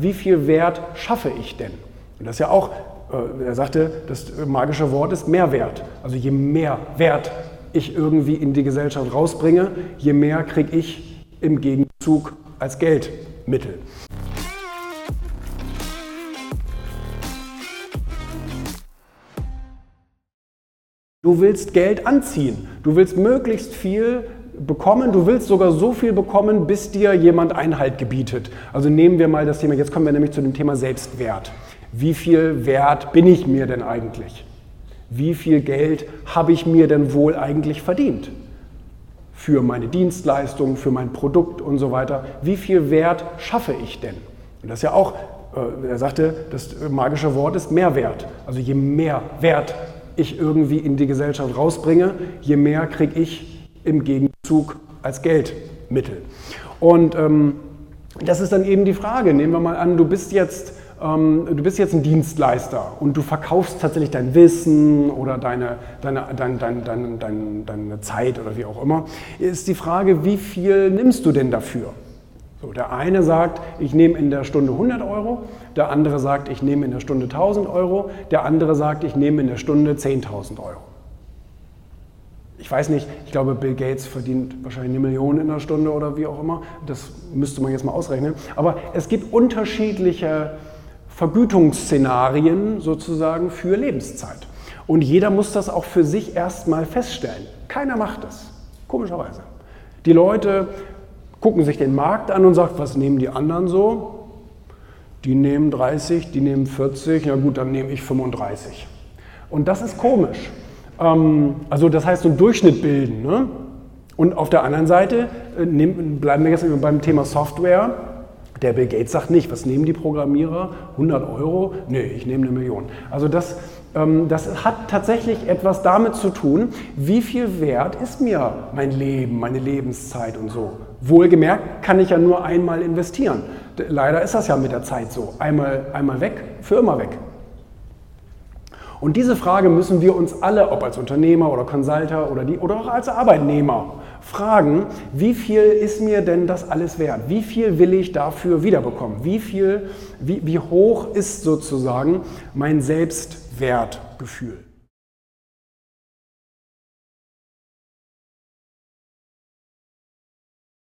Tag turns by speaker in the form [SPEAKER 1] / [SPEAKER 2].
[SPEAKER 1] wie viel Wert schaffe ich denn? Und das ist ja auch, er sagte, das magische Wort ist Mehrwert. Also je mehr Wert ich irgendwie in die Gesellschaft rausbringe, je mehr kriege ich im Gegenzug als Geldmittel. Du willst Geld anziehen, du willst möglichst viel bekommen, du willst sogar so viel bekommen, bis dir jemand Einhalt gebietet. Also nehmen wir mal das Thema, jetzt kommen wir nämlich zu dem Thema Selbstwert. Wie viel Wert bin ich mir denn eigentlich? Wie viel Geld habe ich mir denn wohl eigentlich verdient? Für meine Dienstleistung, für mein Produkt und so weiter. Wie viel Wert schaffe ich denn? Und das ist ja auch, er sagte, das magische Wort ist Mehrwert. Also je mehr Wert ich irgendwie in die Gesellschaft rausbringe, je mehr kriege ich im Gegenzug als Geldmittel. Und das ist dann eben die Frage, nehmen wir mal an, du bist jetzt ein Dienstleister und du verkaufst tatsächlich dein Wissen oder deine Zeit oder wie auch immer, ist die Frage, wie viel nimmst du denn dafür? So, der eine sagt, ich nehme in der Stunde 100 Euro, der andere sagt, ich nehme in der Stunde 1000 Euro, der andere sagt, ich nehme in der Stunde 10.000 Euro. Ich weiß nicht, ich glaube, Bill Gates verdient wahrscheinlich 1 Million in der Stunde oder wie auch immer, das müsste man jetzt mal ausrechnen, aber es gibt unterschiedliche Vergütungsszenarien sozusagen für Lebenszeit. Und jeder muss das auch für sich erstmal feststellen. Keiner macht das, komischerweise. Die Leute gucken sich den Markt an und sagen, was nehmen die anderen so? Die nehmen 30, die nehmen 40, na gut, dann nehme ich 35. Und das ist komisch. Also das heißt, so einen Durchschnitt bilden. Ne? Und auf der anderen Seite bleiben wir jetzt beim Thema Software. Der Bill Gates sagt nicht, was nehmen die Programmierer? 100 Euro? Nee, ich nehme 1 Million. Also das hat tatsächlich etwas damit zu tun, wie viel wert ist mir mein Leben, meine Lebenszeit und so. Wohlgemerkt kann ich ja nur einmal investieren. Leider ist das ja mit der Zeit so. Einmal weg, für immer weg. Und diese Frage müssen wir uns alle, ob als Unternehmer oder Consulter oder auch als Arbeitnehmer, fragen, wie viel ist mir denn das alles wert? Wie viel will ich dafür wiederbekommen? Wie hoch ist sozusagen mein Selbstwertgefühl?